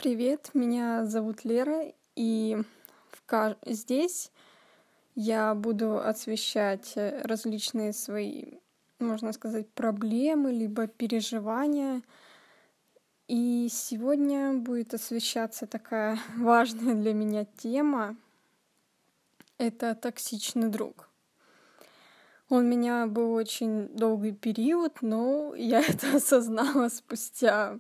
Привет, меня зовут Лера, и здесь я буду освещать различные свои, можно сказать, проблемы, либо переживания. И сегодня будет освещаться такая важная для меня тема. Это токсичный друг. Он у меня был очень долгий период, но я это осознала спустя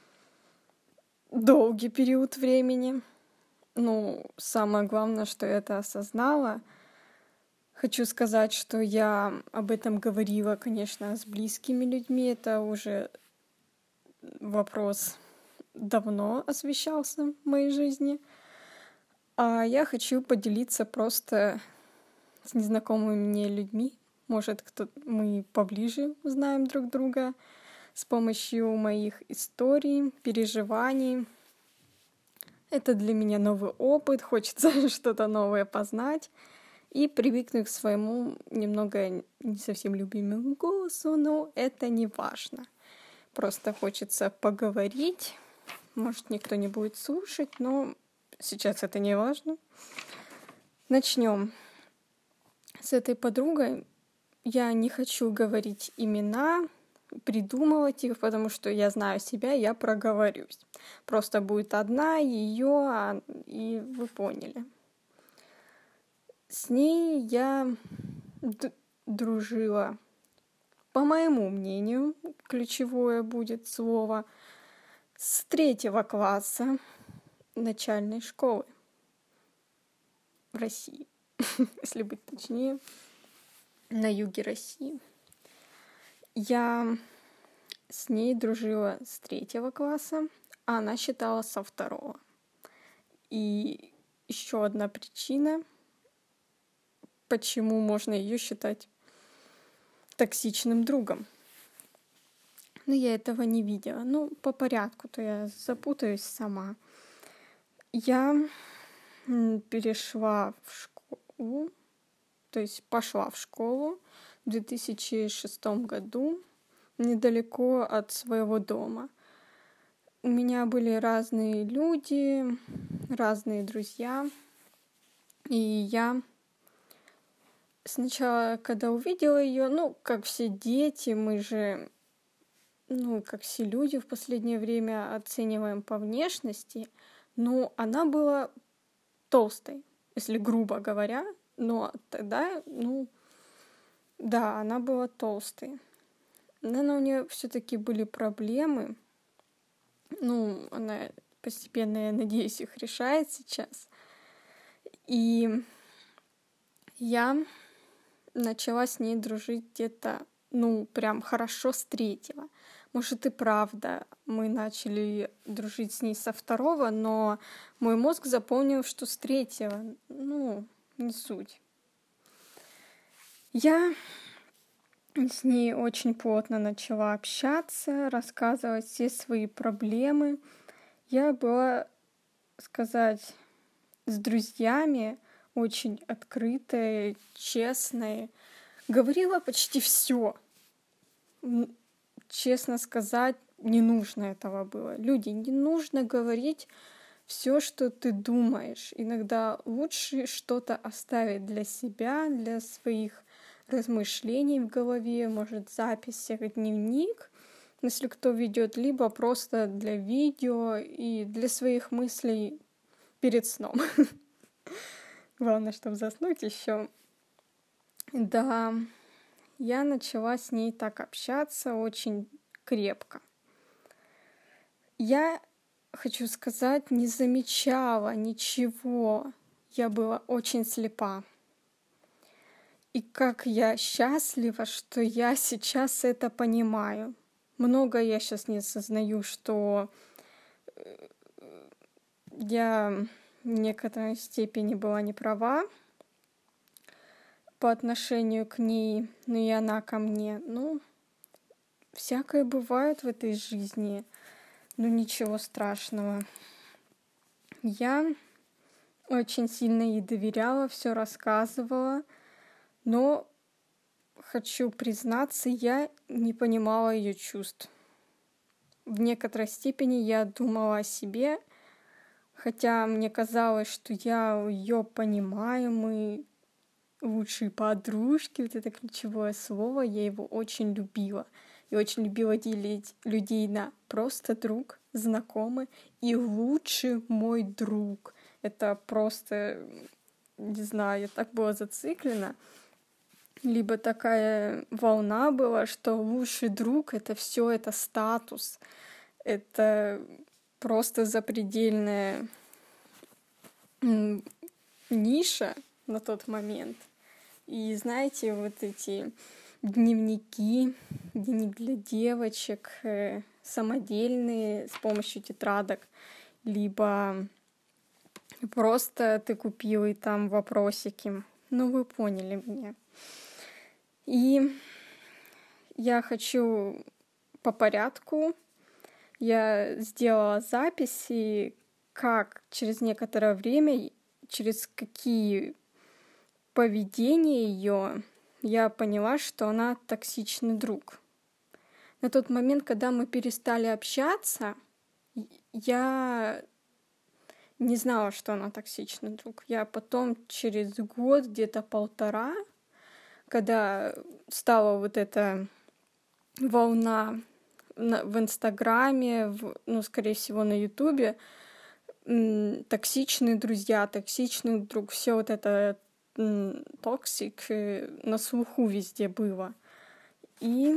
долгий период времени. Самое главное, что я это осознала. Хочу сказать, что я об этом говорила, конечно, с близкими людьми. Это уже вопрос давно освещался в моей жизни. А я хочу поделиться просто с незнакомыми мне людьми. Может, мы поближе узнаем друг друга с помощью моих историй, переживаний. Это для меня новый опыт, хочется что-то новое познать и привыкнуть к своему немного не совсем любимому голосу, но это не важно. Просто хочется поговорить. Может, никто не будет слушать, но сейчас это не важно. Начнем. С этой подругой я не хочу говорить имена, придумывать их, потому что я знаю себя, я проговорюсь. Просто будет одна ее, и вы поняли. С ней я дружила, по моему мнению, ключевое будет слово, с 3 класса начальной школы в России, если быть точнее, на юге России. Я с ней дружила с 3 класса, а она считала со 2. И еще одна причина, почему можно ее считать токсичным другом. Но я этого не видела. По порядку, то я запутаюсь сама. Я перешла в школу, то есть пошла в школу в 2006 году, недалеко от своего дома. У меня были разные люди, разные друзья. И я сначала, когда увидела ее, как все дети, мы же, как все люди в последнее время оцениваем по внешности, но она была толстой, если грубо говоря, но тогда, да, она была толстой. Наверное, у нее все-таки были проблемы. Она постепенно, я надеюсь, их решает сейчас. И я начала с ней дружить где-то, прям хорошо с 3. Может, и правда, мы начали дружить с ней со 2, но мой мозг запомнил, что с 3. Не суть. Я с ней очень плотно начала общаться, рассказывать все свои проблемы. Я была, сказать, с друзьями очень открытая, честная. Говорила почти все. Честно сказать, не нужно этого было. Люди, не нужно говорить все, что ты думаешь. Иногда лучше что-то оставить для себя, для своих размышлений в голове, может, запись, как дневник, если кто ведет, либо просто для видео и для своих мыслей перед сном. Главное, чтобы заснуть еще. Да, я начала с ней так общаться очень крепко. Я, хочу сказать, не замечала ничего. Я была очень слепа. И как я счастлива, что я сейчас это понимаю. Много я сейчас не осознаю, что я в некоторой степени была не права по отношению к ней, но и она ко мне. Всякое бывает в этой жизни, но ничего страшного. Я очень сильно ей доверяла, все рассказывала, но хочу признаться, я не понимала ее чувств. В некоторой степени я думала о себе, Хотя мне казалось, что я ее понимаю, мы лучшие подружки, вот это ключевое слово, я его очень любила. И очень любила делить людей на просто друг, знакомый и лучший мой друг. Это просто, не знаю, я так была зациклена. Либо такая волна была, что лучший друг — это все, это статус, это просто запредельная ниша на тот момент. И знаете, вот эти дневник для девочек, самодельные с помощью тетрадок, либо просто ты купил и там вопросики. Ну, вы поняли меня. И я хочу по порядку. Я сделала записи, как через некоторое время, через какие поведения ее я поняла, что она токсичный друг. На тот момент, когда мы перестали общаться, я не знала, что она токсичный друг. Я потом через год, где-то 1.5, когда стала вот эта волна в Инстаграме, скорее всего, на Ютубе, токсичные друзья, токсичный друг, все вот это токсик на слуху везде было. И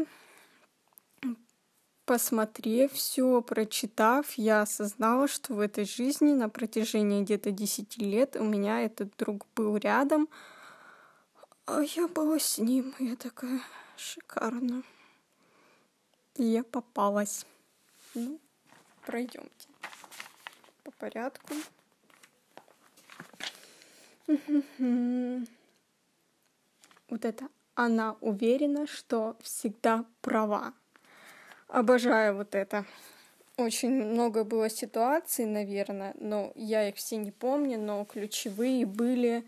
посмотрев все, прочитав, я осознала, что в этой жизни на протяжении где-то 10 лет у меня этот друг был рядом, а я была с ним. Я такая: шикарно. И я попалась. Ну, пройдемте по порядку. Вот это она уверена, что всегда права. Обожаю вот это. Очень много было ситуаций, наверное, но я их все не помню, но ключевые были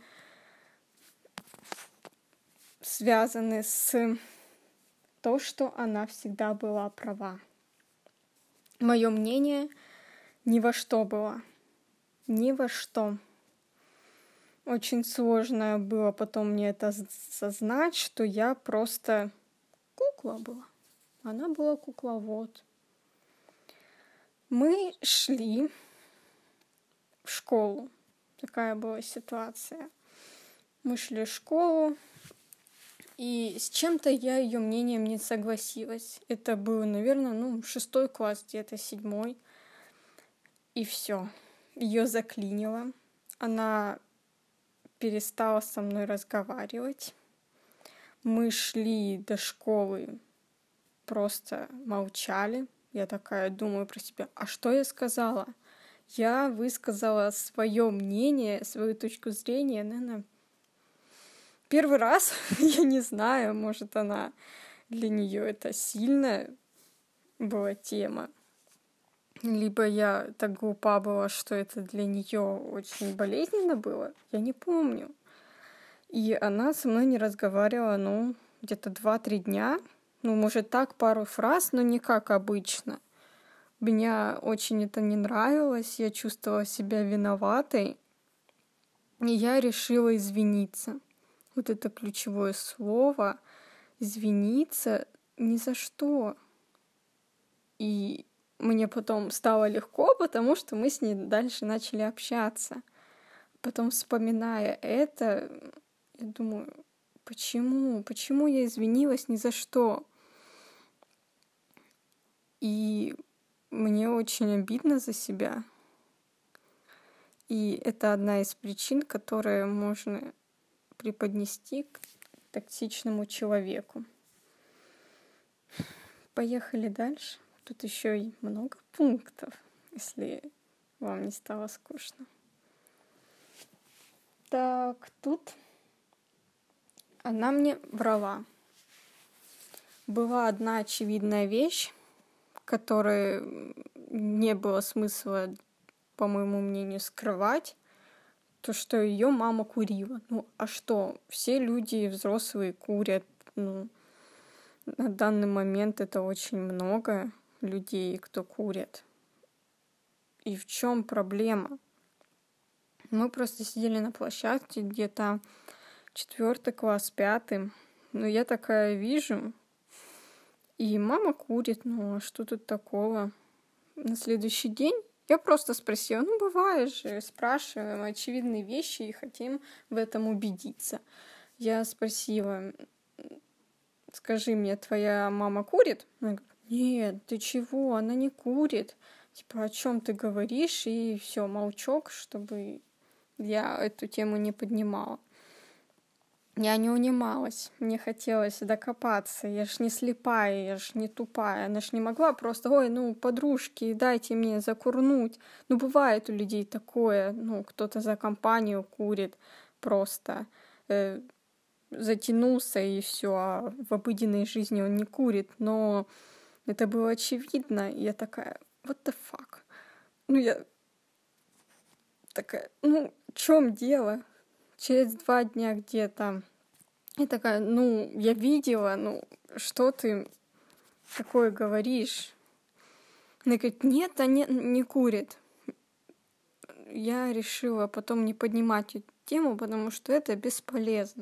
связаны с то, что она всегда была права. Мое мнение ни во что было. Ни во что. Очень сложно было потом мне это осознать, что я просто кукла была. Она была кукловод. Мы шли в школу. Такая была ситуация. Мы шли в школу, и с чем-то я ее мнением не согласилась. Это был, наверное, 6 класс, где-то 7. И все. Ее заклинило. Она перестала со мной разговаривать. Мы шли до школы, просто молчали. Я такая думаю про себя: а что я сказала? Я высказала свое мнение, свою точку зрения, наверное, первый раз. Я не знаю, может, она для нее это сильная была тема. Либо я так глупа была, что это для нее очень болезненно было. Я не помню. И она со мной не разговаривала, где-то 2-3 дня. Может, так, пару фраз, но не как обычно. Мне очень это не нравилось, я чувствовала себя виноватой, и я решила извиниться. Вот это ключевое слово — извиниться ни за что. И мне потом стало легко, потому что мы с ней дальше начали общаться. Потом, вспоминая это, я думаю: почему? Почему я извинилась ни за что? И мне очень обидно за себя. И это одна из причин, которые можно преподнести к токсичному человеку. Поехали дальше. Тут еще и много пунктов, если вам не стало скучно. Так, тут она мне врала. Была одна очевидная вещь, которую не было смысла, по моему мнению, скрывать, то, что ее мама курила. А что? Все люди взрослые курят. На данный момент это очень много людей, кто курит. И в чем проблема? Мы просто сидели на площадке где-то 4 класс, 5. Но я такая вижу, и мама курит, ну а что тут такого? На следующий день я просто спросила, ну бывает же, спрашиваем очевидные вещи и хотим в этом убедиться. Я спросила, скажи мне, твоя мама курит? Она говорит, нет, ты чего, она не курит. Типа, о чем ты говоришь? И все, молчок, чтобы я эту тему не поднимала. Я не унималась, мне хотелось докопаться, я ж не слепая, я ж не тупая, она ж не могла просто, ой, ну, подружки, дайте мне закурнуть. Ну, бывает у людей такое, ну, кто-то за компанию курит просто, затянулся и все, а в обыденной жизни он не курит, но это было очевидно, и я такая, what the fuck? Ну, я такая, ну, в чем дело? Через 2 дня где-то я такая, ну, я видела, ну, что ты такое говоришь? Она говорит, нет, она не курит. Я решила потом не поднимать эту тему, потому что это бесполезно.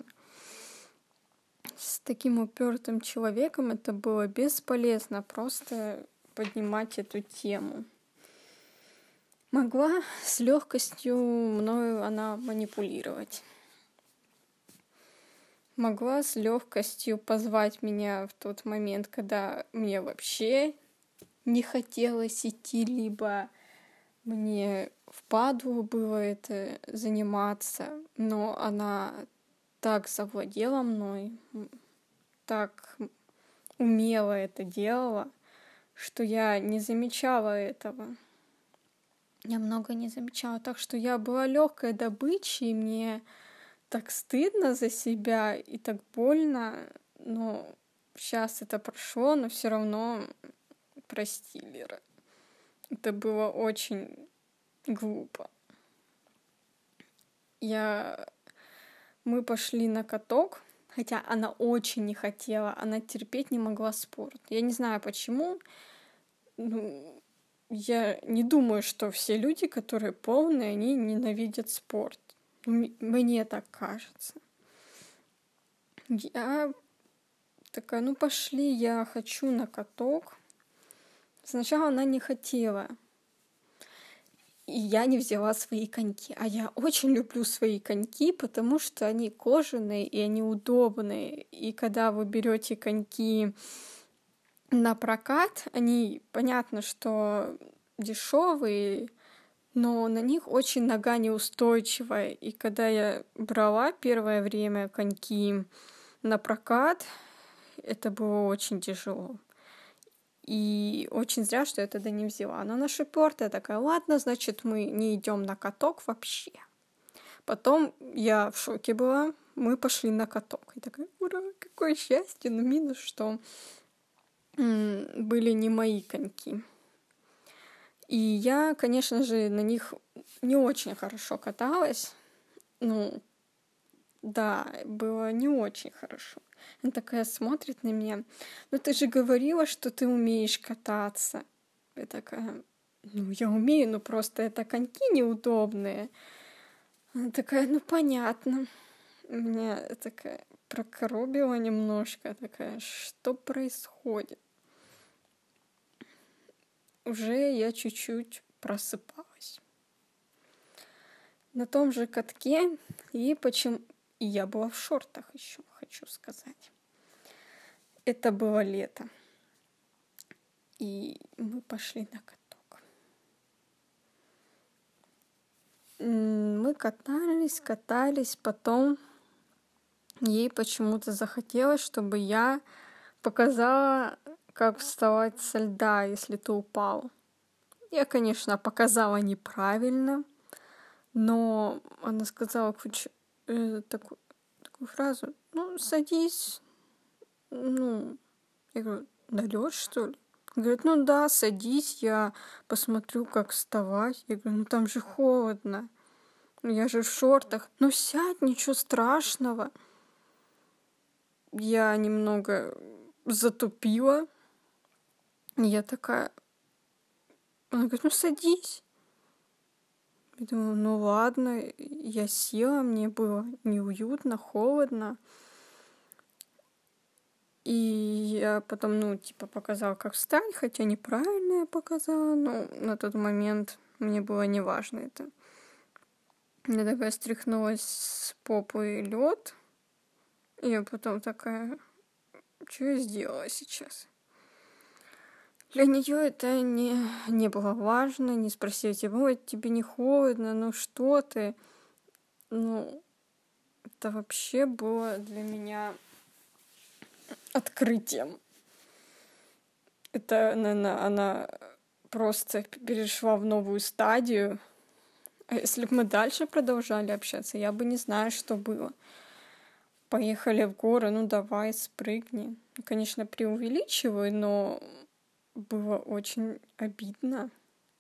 С таким упертым человеком это было бесполезно просто поднимать эту тему. Могла с легкостью мною она манипулировать. Могла с легкостью позвать меня в тот момент, когда мне вообще не хотелось идти, либо мне впадлу было это заниматься, но она так завладела мной, так умело это делала, что я не замечала этого. Я много не замечала, так что я была легкой добычей, и мне так стыдно за себя и так больно, но сейчас это прошло, но все равно прости, Лера. Это было очень глупо. Мы пошли на каток, хотя она очень не хотела, она терпеть не могла спорт. Я не знаю почему. Ну, я не думаю, что все люди, которые полные, они ненавидят спорт. Мне так кажется. Я такая, ну пошли, я хочу на каток. Сначала она не хотела. И я не взяла свои коньки. А я очень люблю свои коньки, потому что они кожаные и они удобные. И когда вы берете коньки на прокат, они, понятно, что дешевые, но на них очень нога неустойчивая. И когда я брала первое время коньки на прокат, это было очень тяжело. И очень зря, что я тогда не взяла. Но на шиповерт я такая, ладно, значит, мы не идем на каток вообще. Потом я в шоке была, мы пошли на каток. И такая, ура, какое счастье, но минус, что были не мои коньки. И я, конечно же, на них не очень хорошо каталась. Ну, да, было не очень хорошо. Она такая смотрит на меня. Ну, ты же говорила, что ты умеешь кататься. Я такая, ну, я умею, но просто это коньки неудобные. Она такая, ну, понятно. Меня такая прокоробила немножко. Такая, что происходит? Уже я чуть-чуть просыпалась. На том же катке и я была в шортах еще, хочу сказать. Это было лето. И мы пошли на каток. Мы катались, потом ей почему-то захотелось, чтобы я показала, как вставать со льда, если ты упал. Я, конечно, показала неправильно, но она сказала такую фразу, ну, садись, ну, я говорю, на лед, что ли? Говорит, ну да, садись, я посмотрю, как вставать. Я говорю, ну там же холодно, я же в шортах. Ну сядь, ничего страшного. Я немного затупила. Я такая, она говорит, ну садись. Я думала, ну ладно, я села, мне было неуютно, холодно. И я потом, показала, как встать, хотя неправильно я показала, но на тот момент мне было неважно это. Я такая стряхнулась с попы лед, и я потом такая, что я сделала сейчас? Для нее это не было важно, не спросила, типа, ой, тебе не холодно, ну что ты? Ну, это вообще было для меня открытием. Это, наверное, она просто перешла в новую стадию. А если бы мы дальше продолжали общаться, я бы не знаю, что было. Поехали в горы, ну давай, спрыгни. Конечно, преувеличиваю, но было очень обидно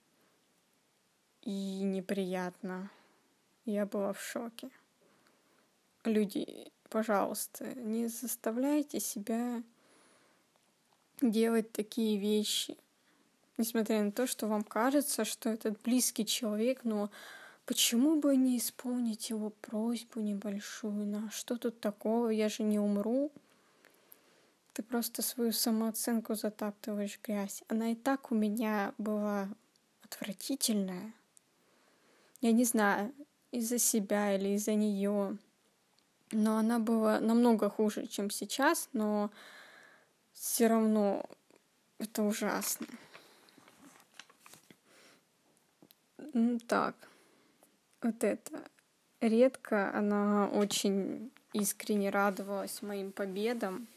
и неприятно. Я была в шоке. Люди, пожалуйста, не заставляйте себя делать такие вещи. Несмотря на то, что вам кажется, что этот близкий человек, но почему бы не исполнить его просьбу небольшую? На что тут такого? Я же не умру. Ты просто свою самооценку затаптываешь в грязь. Она и так у меня была отвратительная. Я не знаю, из-за себя или из-за нее. Но она была намного хуже, чем сейчас, но все равно это ужасно. Так, вот это. Редко она очень искренне радовалась моим победам.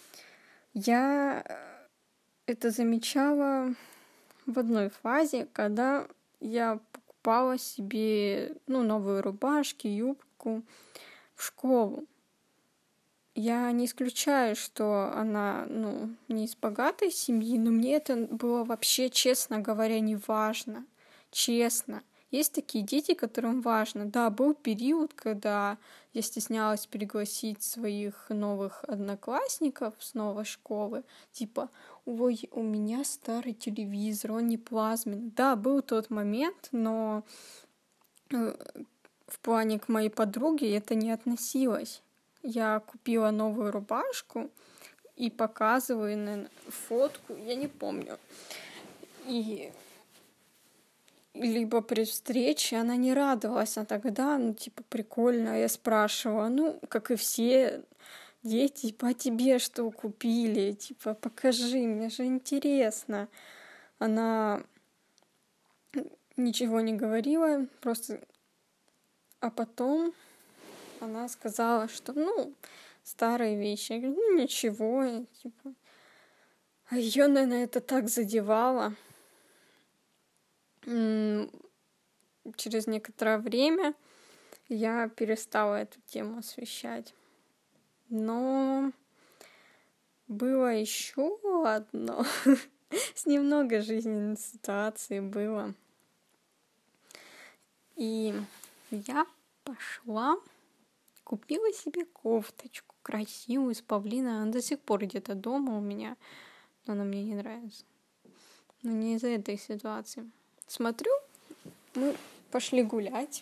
Я это замечала в одной фазе, когда я покупала себе, новые рубашки, юбку в школу. Я не исключаю, что она, не из богатой семьи, но мне это было вообще, честно говоря, не важно. Честно. Есть такие дети, которым важно. Да, был период, когда я стеснялась пригласить своих новых одноклассников с новой школы. Типа, ой, у меня старый телевизор, он не плазменный. Да, был тот момент, но в плане к моей подруге это не относилось. Я купила новую рубашку и показываю, наверное, фотку, я не помню. И либо при встрече она не радовалась, а тогда, прикольно. Я спрашивала, как и все дети, а тебе что купили? Покажи, мне же интересно. Она ничего не говорила, просто... А потом она сказала, что, старые вещи. Я говорю, ничего, А ее, наверное, это так задевало. Через некоторое время я перестала эту тему освещать. Но было еще одно. С немного жизненной ситуации было. И я пошла, купила себе кофточку красивую из павлина. Она до сих пор где-то дома у меня, но она мне не нравится. Но не из-за этой ситуации. Смотрю, мы пошли гулять.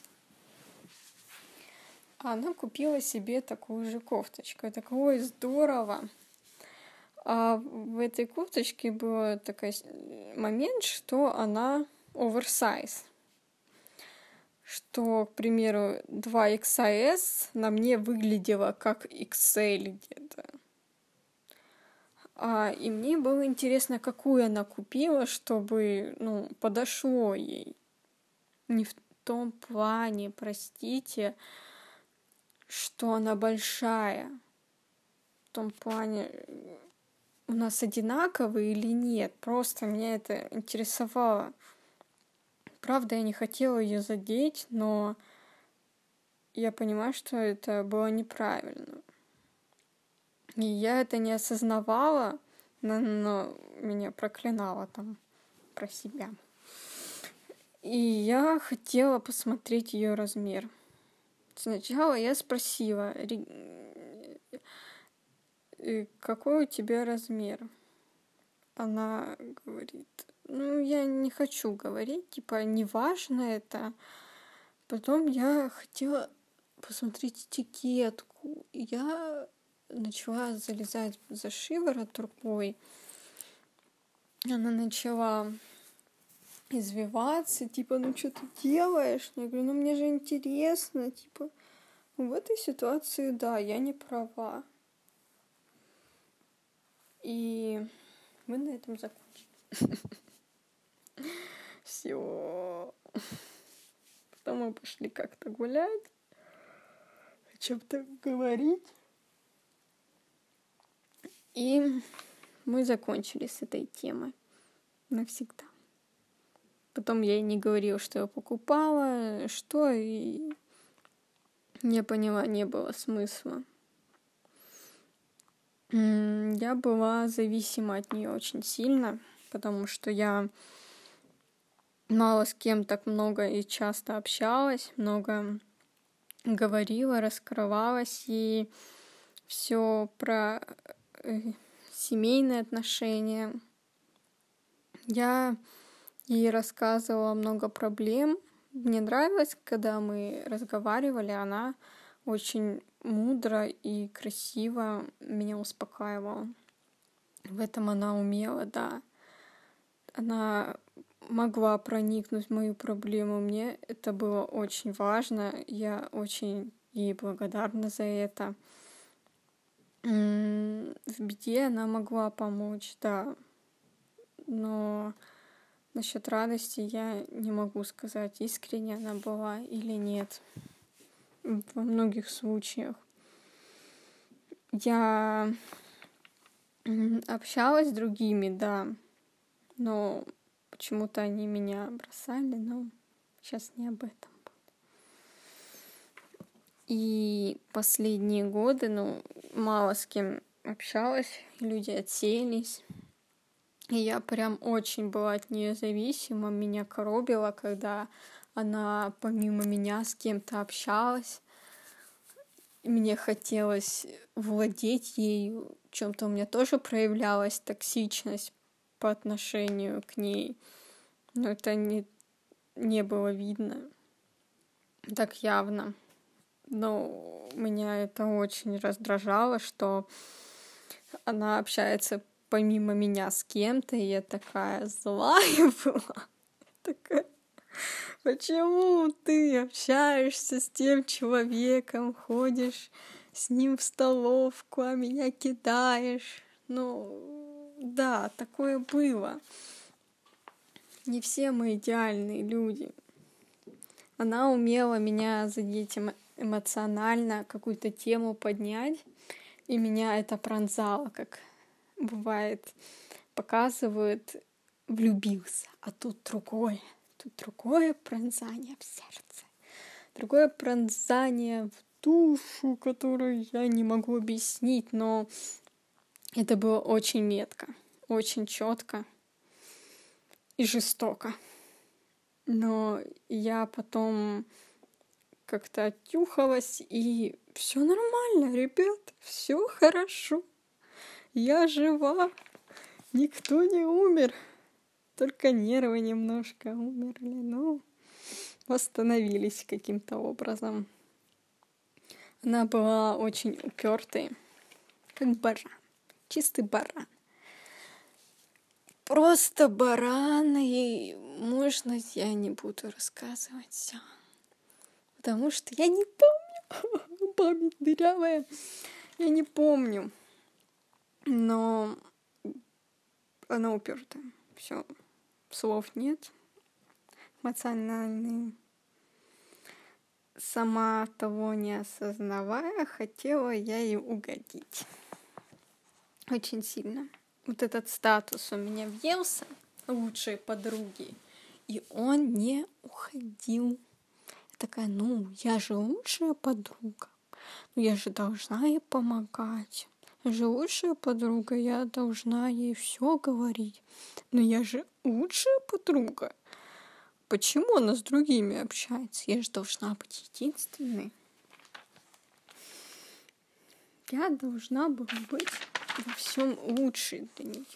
А она купила себе такую же кофточку. Я такая, ой, здорово. А в этой кофточке был такой момент, что она оверсайз. Что, к примеру, 2XS на мне выглядело как XL где-то. И мне было интересно, какую она купила, чтобы, подошло ей. Не в том плане, простите, что она большая. В том плане, у нас одинаковые или нет. Просто меня это интересовало. Правда, я не хотела ее задеть, но я понимаю, что это было неправильно. И я это не осознавала, но меня проклинала там про себя. И я хотела посмотреть ее размер. Сначала я спросила, какой у тебя размер? Она говорит, я не хочу говорить, неважно это. Потом я хотела посмотреть этикетку. И я начала залезать за шиворот рукой. Она начала извиваться, типа, ну что ты делаешь? Я говорю, ну мне же интересно, типа, в этой ситуации, да, я не права. И мы на этом закончили. Все. Потом мы пошли как-то гулять, о чем-то говорить. И мы закончили с этой темой навсегда. Потом я ей не говорила, что я покупала, что, и я поняла, не было смысла. Я была зависима от нее очень сильно, потому что я мало с кем так много и часто общалась, много говорила, раскрывалась, и все про семейные отношения. Я ей рассказывала много проблем. Мне нравилось, когда мы разговаривали, она очень мудро и красиво меня успокаивала. В этом она умела, да. Она могла проникнуть в мою проблему. Мне это было очень важно. Я очень ей благодарна за это. В беде она могла помочь, да. Но насчет радости я не могу сказать, искренне она была или нет. Во многих случаях. Я общалась с другими, да, но почему-то они меня бросали, но сейчас не об этом. И последние годы, мало с кем общалась, люди отсеялись. И я прям очень была от нее зависима, меня коробило, когда она помимо меня с кем-то общалась. И мне хотелось владеть ею. В чем-то у меня тоже проявлялась токсичность по отношению к ней. Но это не было видно так явно. Но меня это очень раздражало, что она общается помимо меня с кем-то, и я такая злая была. Такая, почему ты общаешься с тем человеком, ходишь с ним в столовку, а меня кидаешь? Да, такое было. Не все мы идеальные люди. Она умела меня задеть эмоционально, какую-то тему поднять, и меня это пронзало, как бывает, показывают, влюбился, а тут другое пронзание в сердце, другое пронзание в душу, которую я не могу объяснить, но это было очень метко, очень четко и жестоко. Но я потом как-то отюхалась, и все нормально, ребят, все хорошо. Я жива, никто не умер, только нервы немножко умерли, но восстановились каким-то образом. Она была очень упертой, как баран, чистый баран. Просто баран, и, может, я не буду рассказывать все, потому что я не помню, память дырявая, я не помню, но она упертая, все, слов нет, эмоциональные. Сама того не осознавая, хотела я ей угодить. Очень сильно. Вот этот статус у меня въелся, лучшей подруги, и он не уходил. Я такая, я же лучшая подруга, я же должна ей помогать. Я же лучшая подруга, я должна ей все говорить. Но я же лучшая подруга. Почему она с другими общается? Я же должна быть единственной. Я должна была быть во всем лучшей для нее.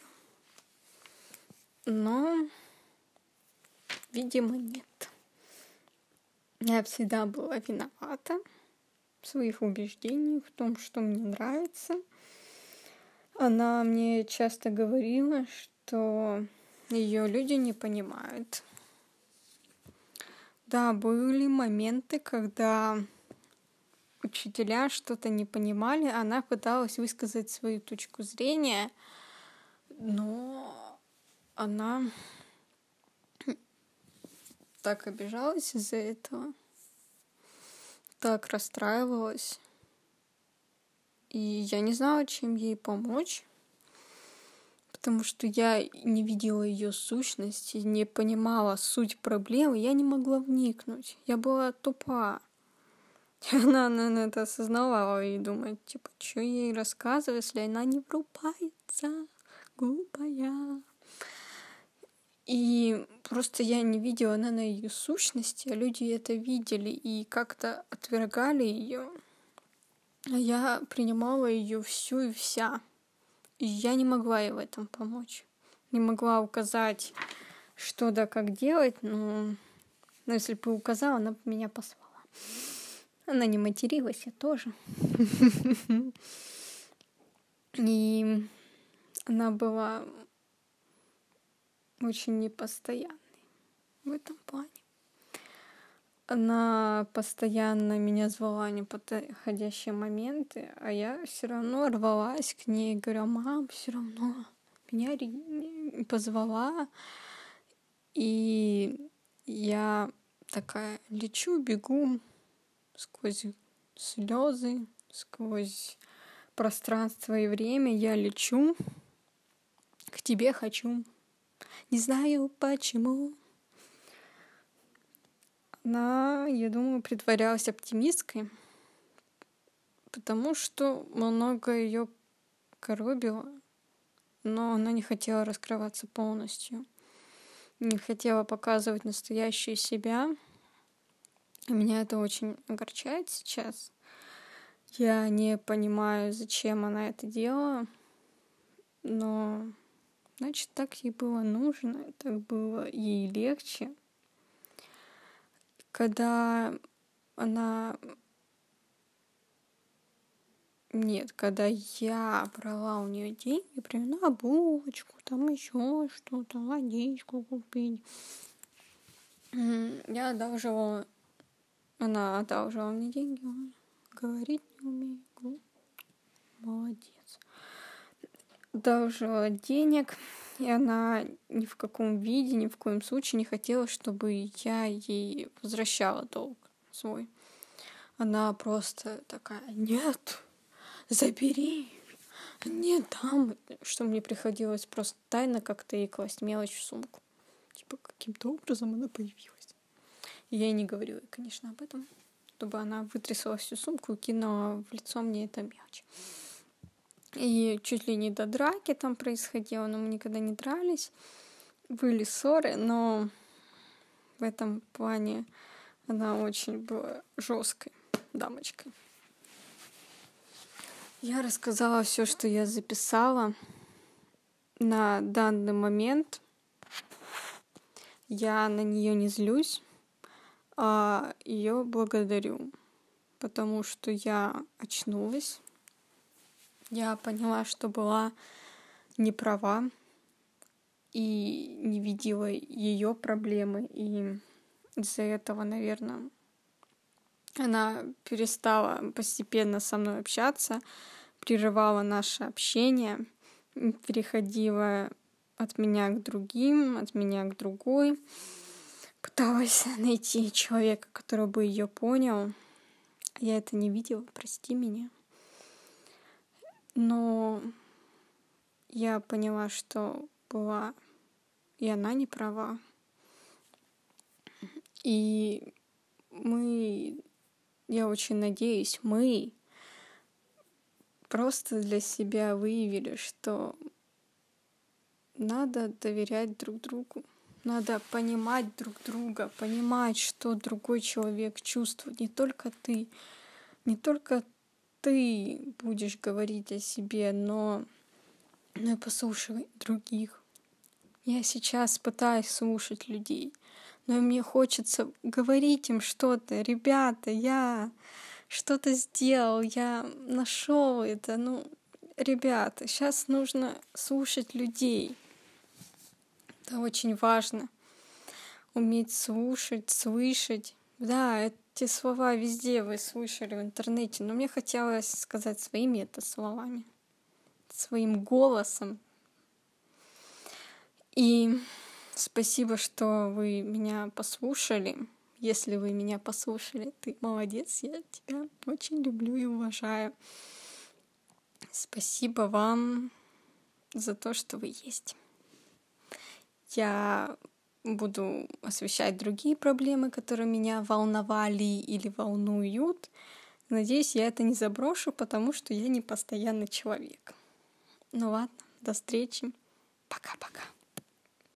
Но, видимо, нет. Я всегда была виновата в своих убеждениях, в том, что мне нравится. Она мне часто говорила, что ее люди не понимают. Да, были моменты, когда учителя что-то не понимали, она пыталась высказать свою точку зрения, но она так обижалась из-за этого, так расстраивалась. И я не знала, чем ей помочь, потому что я не видела ее сущности, не понимала суть проблемы, я не могла вникнуть. Я была тупа. И она, наверное, это осознавала и думает, типа, что ей рассказывать, если она не врубается, глупая. И просто я не видела, наверное, ее сущности, а люди это видели и как-то отвергали ее. А я принимала ее всю и вся. И я не могла ей в этом помочь. Не могла указать, что да как делать, но если бы указала, она бы меня послала. Она не материлась, я тоже. И она была очень непостоянной в этом плане. Она постоянно меня звала в неподходящие моменты, а я все равно рвалась к ней, говорю, мам, все равно меня позвала. И я такая лечу, бегу сквозь слезы, сквозь пространство и время. Я лечу, к тебе хочу. Не знаю почему. Она, я думаю, притворялась оптимисткой, потому что много ее коробило, но она не хотела раскрываться полностью, не хотела показывать настоящую себя. И меня это очень огорчает сейчас. Я не понимаю, зачем она это делала, но, значит, так ей было нужно, так было ей легче. Когда она... Нет, когда я брала у нее деньги, например, на булочку, там еще что-то, водичку купить, я одалживала, она одалживала мне деньги, говорить не умею, молодец. Одалживала денег, и она ни в каком виде, ни в коем случае не хотела, чтобы я ей возвращала долг свой. Она просто такая, нет, забери, не дам, что мне приходилось просто тайно как-то ей класть мелочь в сумку. Типа, каким-то образом она появилась. И я ей не говорила, конечно, об этом, чтобы она вытрясла всю сумку и кинула в лицо мне эту мелочь. И чуть ли не до драки там происходило, но мы никогда не дрались. Были ссоры, но в этом плане она очень была жесткой дамочкой. Я рассказала все, что я записала на данный момент. Я на нее не злюсь, а ее благодарю, потому что я очнулась. Я поняла, что была не права и не видела ее проблемы. И из-за этого, наверное, она перестала постепенно со мной общаться, прерывала наше общение, переходила от меня к другим, от меня к другой. Пыталась найти человека, который бы ее понял. Я это не видела, прости меня. Но я поняла, что была и она не права. И я очень надеюсь, мы просто для себя выявили, что надо доверять друг другу. Надо понимать друг друга, понимать, что другой человек чувствует. Не только ты будешь говорить о себе, но и послушай других. Я сейчас пытаюсь слушать людей, но мне хочется говорить им что-то. Ребята, я что-то сделал, я нашел это. Ребята, сейчас нужно слушать людей. Это очень важно. Уметь слушать, слышать. Да, эти слова везде вы слышали в интернете, но мне хотелось сказать своими это словами, своим голосом. И спасибо, что вы меня послушали. Если вы меня послушали, ты молодец, я тебя очень люблю и уважаю. Спасибо вам за то, что вы есть. Я буду освещать другие проблемы, которые меня волновали или волнуют. Надеюсь, я это не заброшу, потому что я не постоянный человек. Ну ладно, до встречи. Пока-пока.